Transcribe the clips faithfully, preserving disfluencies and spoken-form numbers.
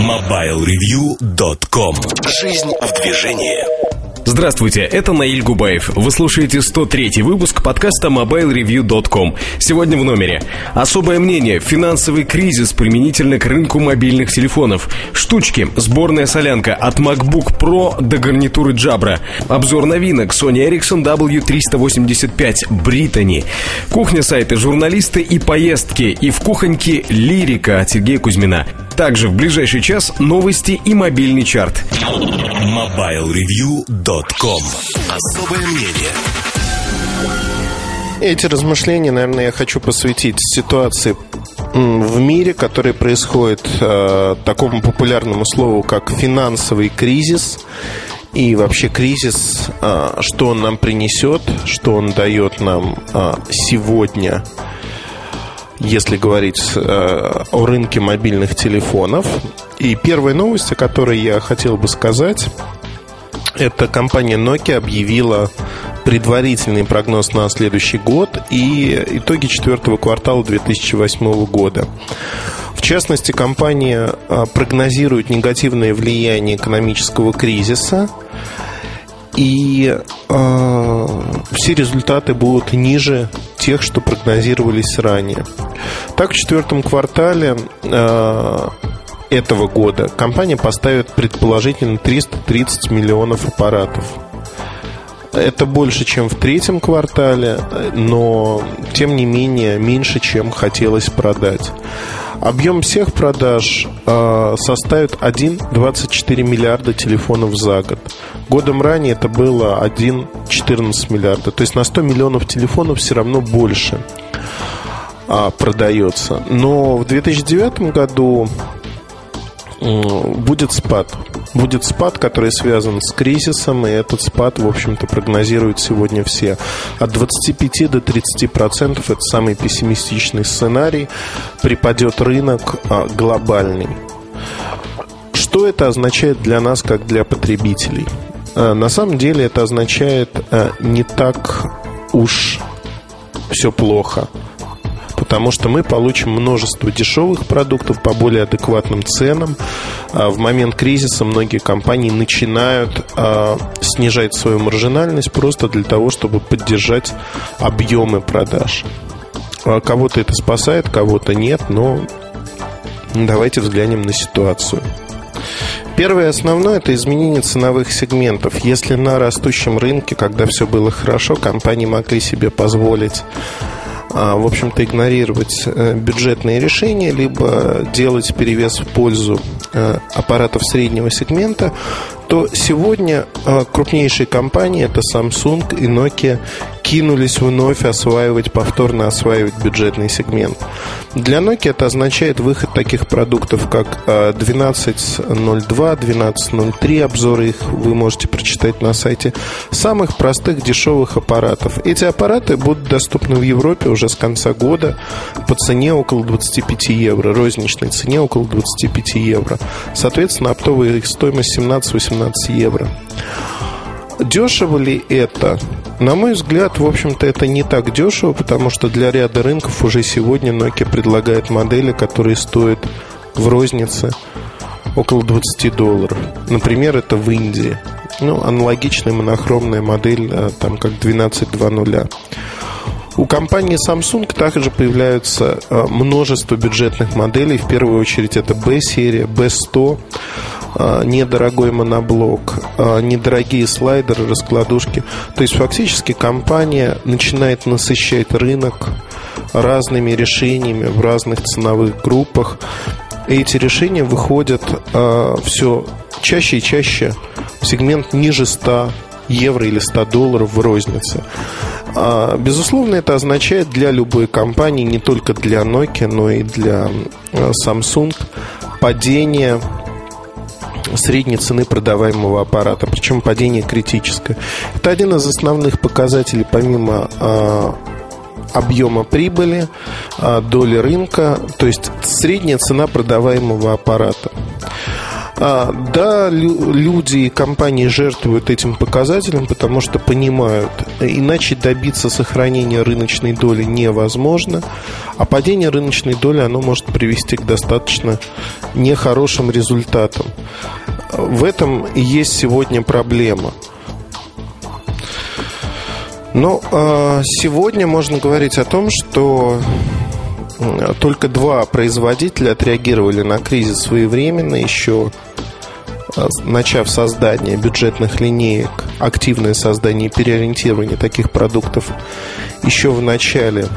мобайл ревью точка ком. Жизнь в движении. Здравствуйте, это Наиль Губаев. Вы слушаете сто третий выпуск подкаста мобайл ревью точка ком. Сегодня в номере: особое мнение, финансовый кризис применительно к рынку мобильных телефонов, штучки, сборная солянка от MacBook Pro до гарнитуры Jabra, обзор новинок Sony Ericsson дабл ю триста восемьдесят пять Brittany, кухня сайта, журналисты и поездки, и в кухоньке лирика от Сергея Кузьмина. Также в ближайший час новости и мобильный чарт. мобайл ревью точка ком. Особое мнение. Эти размышления, наверное, я хочу посвятить ситуации в мире, которая происходит, э, такому популярному слову, как финансовый кризис. И вообще кризис, э, что он нам принесет, что он дает нам э, сегодня, если говорить э, о рынке мобильных телефонов. И первая новость, о которой я хотел бы сказать, это компания Nokia объявила предварительный прогноз на следующий год и итоги четвертого квартала две тысячи восьмого года. В частности, компания прогнозирует негативное влияние экономического кризиса, и э, все результаты будут ниже тех, что прогнозировались ранее. Так, в четвертом квартале э, этого года компания поставит предположительно триста тридцать миллионов аппаратов. Это больше, чем в третьем квартале, но, тем не менее, меньше, чем хотелось продать. Объем всех продаж э, составит один целых двадцать четыре миллиарда телефонов за год. Годом ранее это было один целых четырнадцать миллиарда. То есть на сто миллионов телефонов все равно больше э, продается. Но в две тысячи девятом году будет спад. Будет спад, который связан с кризисом, и этот спад, в общем-то, прогнозируют сегодня все. От двадцати пяти до тридцати процентов, это самый пессимистичный сценарий, припадет рынок а, глобальный. Что это означает для нас, как для потребителей? А, на самом деле это означает а, не так уж все плохо, потому что мы получим множество дешевых продуктов по более адекватным ценам. В момент кризиса многие компании начинают а, снижать свою маржинальность просто для того, чтобы поддержать объемы продаж. А кого-то это спасает, кого-то нет, но давайте взглянем на ситуацию. Первое основное – это изменение ценовых сегментов. Если на растущем рынке, когда все было хорошо, компании могли себе позволить, в общем-то, игнорировать бюджетные решения, либо делать перевес в пользу аппаратов среднего сегмента, то сегодня крупнейшие компании, это Samsung и Nokia, кинулись вновь осваивать, повторно осваивать бюджетный сегмент. Для Nokia это означает выход таких продуктов, как двенадцать ноль два, двенадцать ноль три, обзоры их вы можете прочитать на сайте, самых простых дешевых аппаратов. Эти аппараты будут доступны в Европе уже с конца года по цене около двадцать пять евро, розничной цене около двадцать пять евро. Соответственно, оптовая их стоимость семнадцать-восемнадцать евро. Дешево ли это? На мой взгляд, в общем-то, это не так дешево, потому что для ряда рынков уже сегодня Nokia предлагает модели, которые стоят в рознице около двадцать долларов. Например, это в Индии. Ну, аналогичная монохромная модель, там как двенадцать два ноль. У компании Samsung также появляются множество бюджетных моделей. В первую очередь это B-серия, би сто, недорогой моноблок, недорогие слайдеры, раскладушки. То есть фактически компания начинает насыщать рынок разными решениями в разных ценовых группах. И эти решения выходят все чаще и чаще в сегмент ниже ста евро или ста долларов в рознице. Безусловно, это означает для любой компании, не только для Nokia, но и для Samsung, падение средней цены продаваемого аппарата, причем падение критическое. Это один из основных показателей, помимо объема прибыли, доли рынка, то есть средняя цена продаваемого аппарата. Да, люди и компании жертвуют этим показателем, потому что понимают, иначе добиться сохранения рыночной доли невозможно, а падение рыночной доли оно может привести к достаточно нехорошим результатам. В этом и есть сегодня проблема. Но сегодня можно говорить о том, что только два производителя отреагировали на кризис своевременно, еще начав создание бюджетных линеек, активное создание и переориентирование таких продуктов еще в начале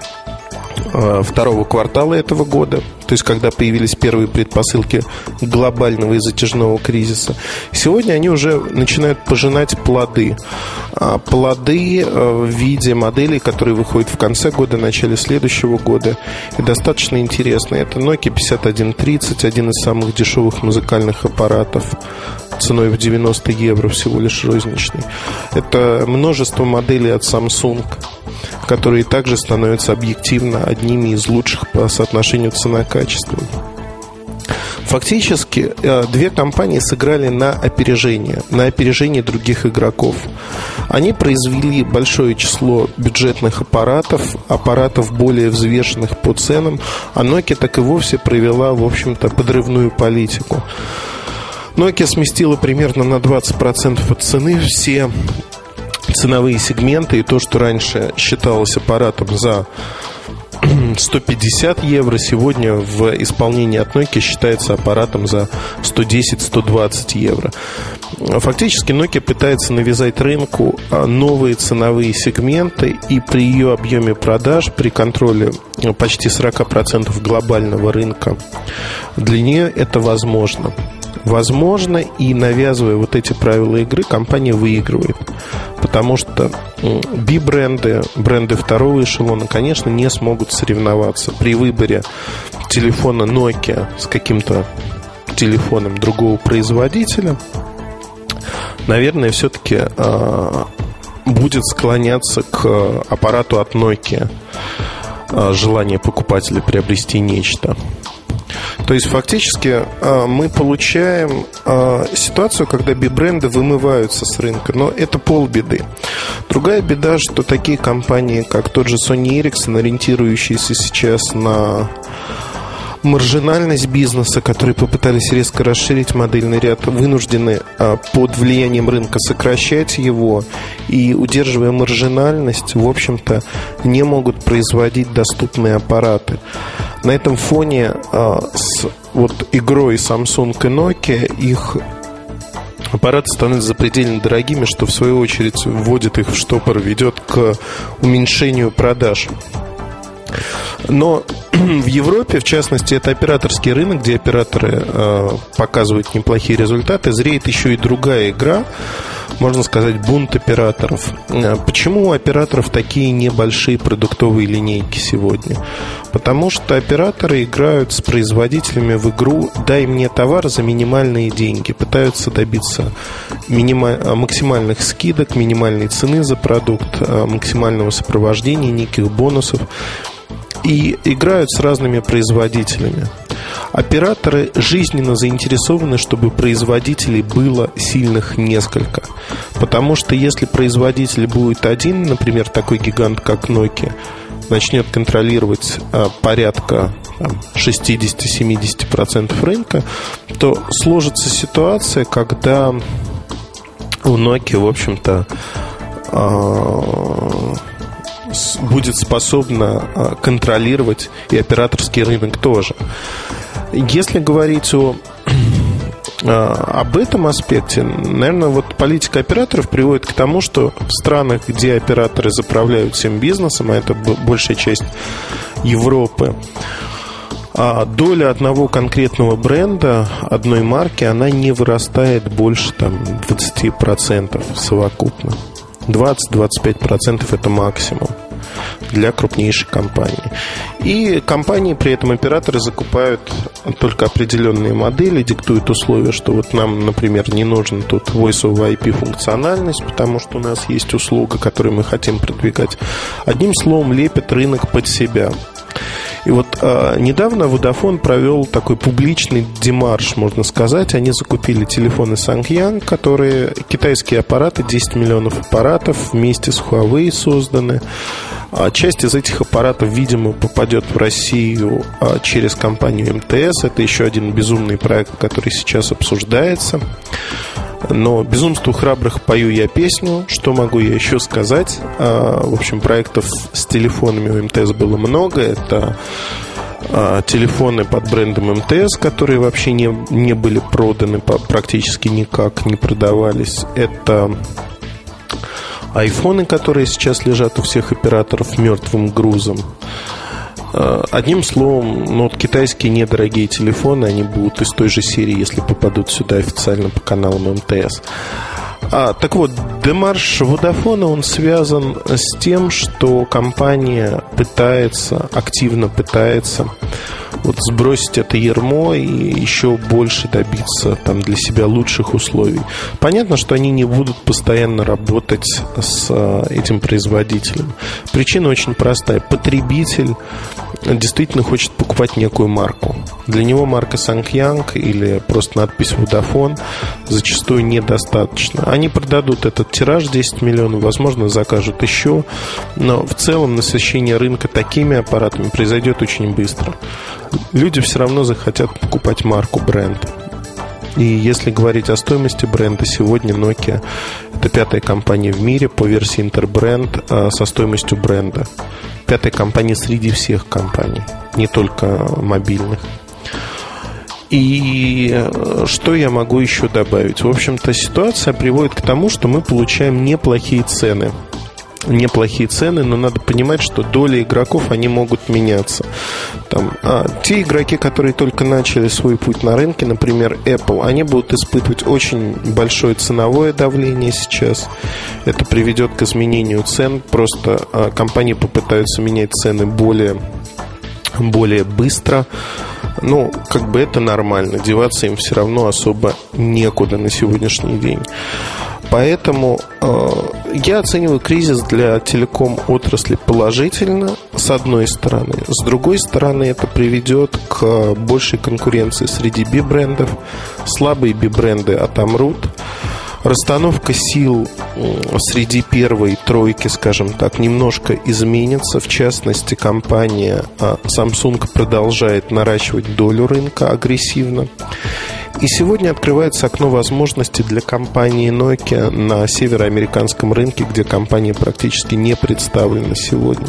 второго квартала этого года, то есть когда появились первые предпосылки глобального и затяжного кризиса. Сегодня они уже начинают пожинать плоды. Плоды в виде моделей, которые выходят в конце года, начале следующего года. И достаточно интересно. Это Nokia пятьдесят один тридцать, один из самых дешевых музыкальных аппаратов, ценой в девяносто евро всего лишь розничный. Это множество моделей от Samsung, которые также становятся объективно одними из лучших по соотношению цена-качество. Фактически две компании сыграли на опережение, на опережение других игроков. Они произвели большое число бюджетных аппаратов, аппаратов более взвешенных по ценам, а Nokia так и вовсе провела, в общем-то, подрывную политику. Nokia сместила примерно на двадцать процентов от цены все ценовые сегменты, и то, что раньше считалось аппаратом за сто пятьдесят евро, сегодня в исполнении от Nokia считается аппаратом за сто десять - сто двадцать евро. Фактически Nokia пытается навязать рынку новые ценовые сегменты, и при ее объеме продаж, при контроле почти сорок процентов глобального рынка, для нее это возможно. Возможно, и навязывая вот эти правила игры, компания выигрывает. Потому что би-бренды, бренды второго эшелона, конечно, не смогут соревноваться. При выборе телефона Nokia с каким-то телефоном другого производителя, наверное, все-таки э, будет склоняться к аппарату от Nokia э, желание покупателя приобрести нечто. То есть фактически мы получаем ситуацию, когда би-бренды вымываются с рынка. Но это полбеды. Другая беда, что такие компании, как тот же Sony Ericsson, ориентирующиеся сейчас на маржинальность бизнеса, которые попытались резко расширить модельный ряд, вынуждены под влиянием рынка сокращать его, и, удерживая маржинальность, в общем-то, не могут производить доступные аппараты. На этом фоне с вот игрой Samsung и Nokia их аппараты становятся запредельно дорогими, что в свою очередь вводит их в штопор, ведет к уменьшению продаж. Но в Европе, в частности, это операторский рынок, где операторы э, показывают неплохие результаты, зреет еще и другая игра, можно сказать, бунт операторов. Почему у операторов такие небольшие продуктовые линейки сегодня? Потому что операторы играют с производителями в игру «дай мне товар за минимальные деньги», пытаются добиться минима... максимальных скидок, минимальной цены за продукт, максимального сопровождения, неких бонусов, и играют с разными производителями. Операторы жизненно заинтересованы, чтобы производителей было сильных несколько. Потому что если производитель будет один, например, такой гигант, как Nokia, начнет контролировать а, порядка там, шестьдесят-семьдесят процентов рынка, то сложится ситуация, когда у Nokia, в общем-то, а, будет способна контролировать и операторский рынок тоже. Если говорить о, об этом аспекте, наверное, вот политика операторов приводит к тому, что в странах, где операторы заправляют всем бизнесом, а это большая часть Европы, доля одного конкретного бренда, одной марки, она не вырастает больше там, двадцать процентов совокупно. двадцать-двадцать пять процентов это максимум. для крупнейшей компании. И компании, при этом операторы закупают только определенные модели, диктуют условия, что вот нам, например, не нужен тут Voice over ай пи функциональность, потому что у нас есть услуга, которую мы хотим продвигать. Одним словом, лепят рынок под себя. И вот э, недавно Vodafone провел такой публичный демарш, можно сказать. Они закупили телефоны Sangyang, которые китайские аппараты, десять миллионов аппаратов вместе с Huawei созданы. А часть из этих аппаратов, видимо, попадет в Россию а, через компанию эм тэ эс. Это еще один безумный проект, который сейчас обсуждается. Но безумству храбрых пою я песню. Что могу я еще сказать? А, в общем, проектов с телефонами у эм тэ эс было много. Это а, телефоны под брендом эм тэ эс, которые вообще не, не были проданы, практически никак не продавались. Это айфоны, которые сейчас лежат у всех операторов мертвым грузом. Одним словом, ну, вот китайские недорогие телефоны, они будут из той же серии, если попадут сюда официально по каналам эм тэ эс. А, так вот, демарш Vodafone, он связан с тем, что компания пытается, активно пытается вот сбросить это ярмо и еще больше добиться там для себя лучших условий. Понятно, что они не будут постоянно работать с этим производителем. Причина очень простая. Потребитель действительно хочет покупать некую марку. Для него марка Sangyang или просто надпись Vodafone зачастую недостаточно. Они продадут этот тираж десять миллионов, возможно, закажут еще, но в целом насыщение рынка такими аппаратами произойдет очень быстро. Люди все равно захотят покупать марку, бренд. И если говорить о стоимости бренда, сегодня Nokia — это пятая компания в мире по версии Interbrand со стоимостью бренда. Пятая компания среди всех компаний, не только мобильных. И что я могу еще добавить? В общем-то, ситуация приводит к тому, что мы получаем неплохие цены. Неплохие цены, но надо понимать, что доли игроков, они могут меняться. Там, а, те игроки, которые только начали свой путь на рынке, например, Apple, они будут испытывать очень большое ценовое давление сейчас. Это приведет к изменению цен. Просто а, компании попытаются менять цены более, более быстро. Ну, как бы это нормально. Деваться им все равно особо некуда на сегодняшний день. Поэтому э, я оцениваю кризис для телеком-отрасли положительно, с одной стороны. С другой стороны, это приведет к большей конкуренции среди би-брендов. Слабые би-бренды отомрут. Расстановка сил среди первой тройки, скажем так, немножко изменится. В частности, компания Samsung продолжает наращивать долю рынка агрессивно. И сегодня открывается окно возможностей для компании Nokia на североамериканском рынке, где компания практически не представлена сегодня.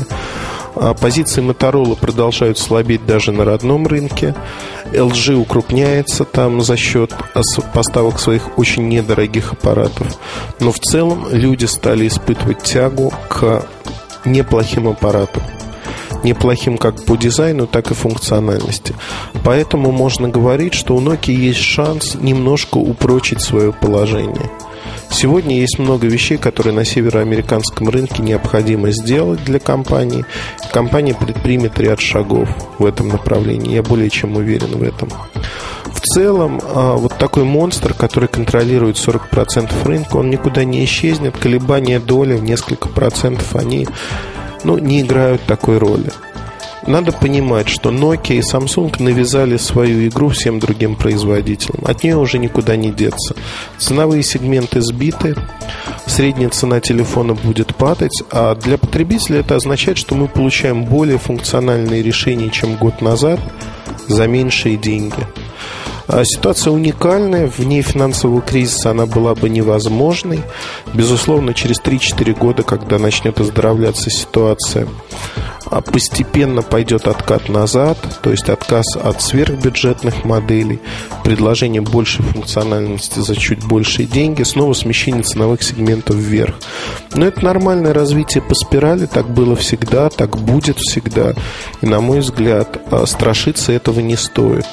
Позиции Motorola продолжают слабеть даже на родном рынке. эл джи укрупняется там за счет поставок своих очень недорогих аппаратов. Но в целом люди стали испытывать тягу к неплохим аппаратам. Неплохим как по дизайну, так и функциональности. Поэтому можно говорить, что у Nokia есть шанс немножко упрочить свое положение. Сегодня есть много вещей, которые на североамериканском рынке необходимо сделать для компании. Компания предпримет ряд шагов в этом направлении. Я более чем уверен в этом. В целом, вот такой монстр, который контролирует сорок процентов рынка, он никуда не исчезнет. Колебания доли в несколько процентов, они ну, не играют такой роли. Надо понимать, что Nokia и Samsung навязали свою игру всем другим производителям. От нее уже никуда не деться. Ценовые сегменты сбиты, средняя цена телефона будет падать, а для потребителя это означает, что мы получаем более функциональные решения, чем год назад, за меньшие деньги. Ситуация уникальная, вне финансового кризиса она была бы невозможной. Безусловно, через три-четыре года, когда начнет оздоровляться ситуация, постепенно пойдет откат назад, то есть отказ от сверхбюджетных моделей, предложение большей функциональности за чуть большие деньги, снова смещение ценовых сегментов вверх. Но это нормальное развитие по спирали, так было всегда, так будет всегда. И, на мой взгляд, страшиться этого не стоит.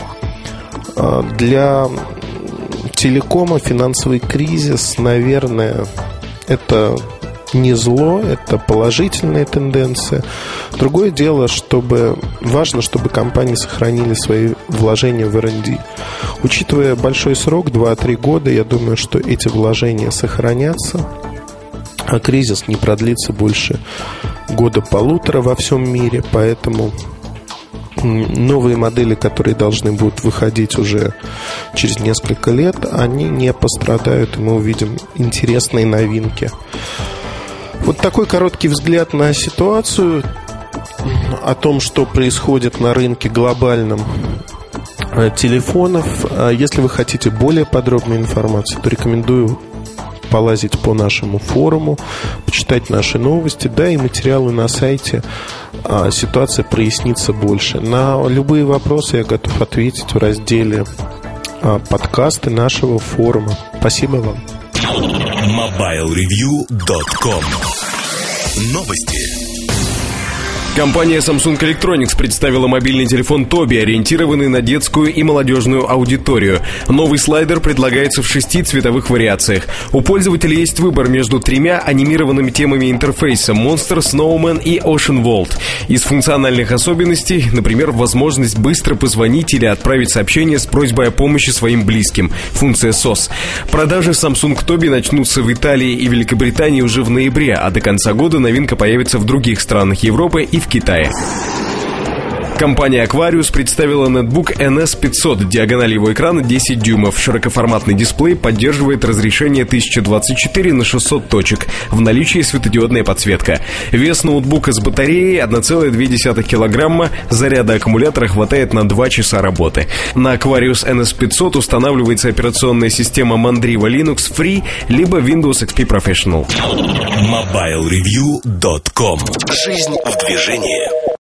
Для телекома финансовый кризис, наверное, это не зло, это положительная тенденция. Другое дело, чтобы важно, чтобы компании сохранили свои вложения в эр энд ди. Учитывая большой срок, два-три года, я думаю, что эти вложения сохранятся, а кризис не продлится больше года-полутора во всем мире, поэтому новые модели, которые должны будут выходить уже через несколько лет, они не пострадают, и мы увидим интересные новинки. Вот такой короткий взгляд на ситуацию, о том, что происходит на рынке глобальном телефонов. Если вы хотите более подробной информации, то рекомендую полазить по нашему форуму, почитать наши новости, да, и материалы на сайте. Ситуация прояснится больше. На любые вопросы я готов ответить в разделе подкасты нашего форума. Спасибо вам. мобайл ревью точка ком. Новости. Компания Samsung Electronics представила мобильный телефон Toby, ориентированный на детскую и молодежную аудиторию. Новый слайдер предлагается в шести цветовых вариациях. У пользователя есть выбор между тремя анимированными темами интерфейса: Monster, Snowman и Ocean World. Из функциональных особенностей, например, возможность быстро позвонить или отправить сообщение с просьбой о помощи своим близким. Функция эс о эс. Продажи Samsung Toby начнутся в Италии и Великобритании уже в ноябре, а до конца года новинка появится в других странах Европы и в Китае. Компания Aquarius представила нетбук эн эс пятьсот. Диагональ его экрана десять дюймов. Широкоформатный дисплей поддерживает разрешение тысяча двадцать четыре на шестьсот точек. В наличии светодиодная подсветка. Вес ноутбука с батареей одна целая две десятых килограмма. Заряда аккумулятора хватает на два часа работы. На Aquarius эн эс пятьсот устанавливается операционная система Mandriva Linux Free либо Windows икс пи Professional. мобайл ревью точка ком. Жизнь в движении.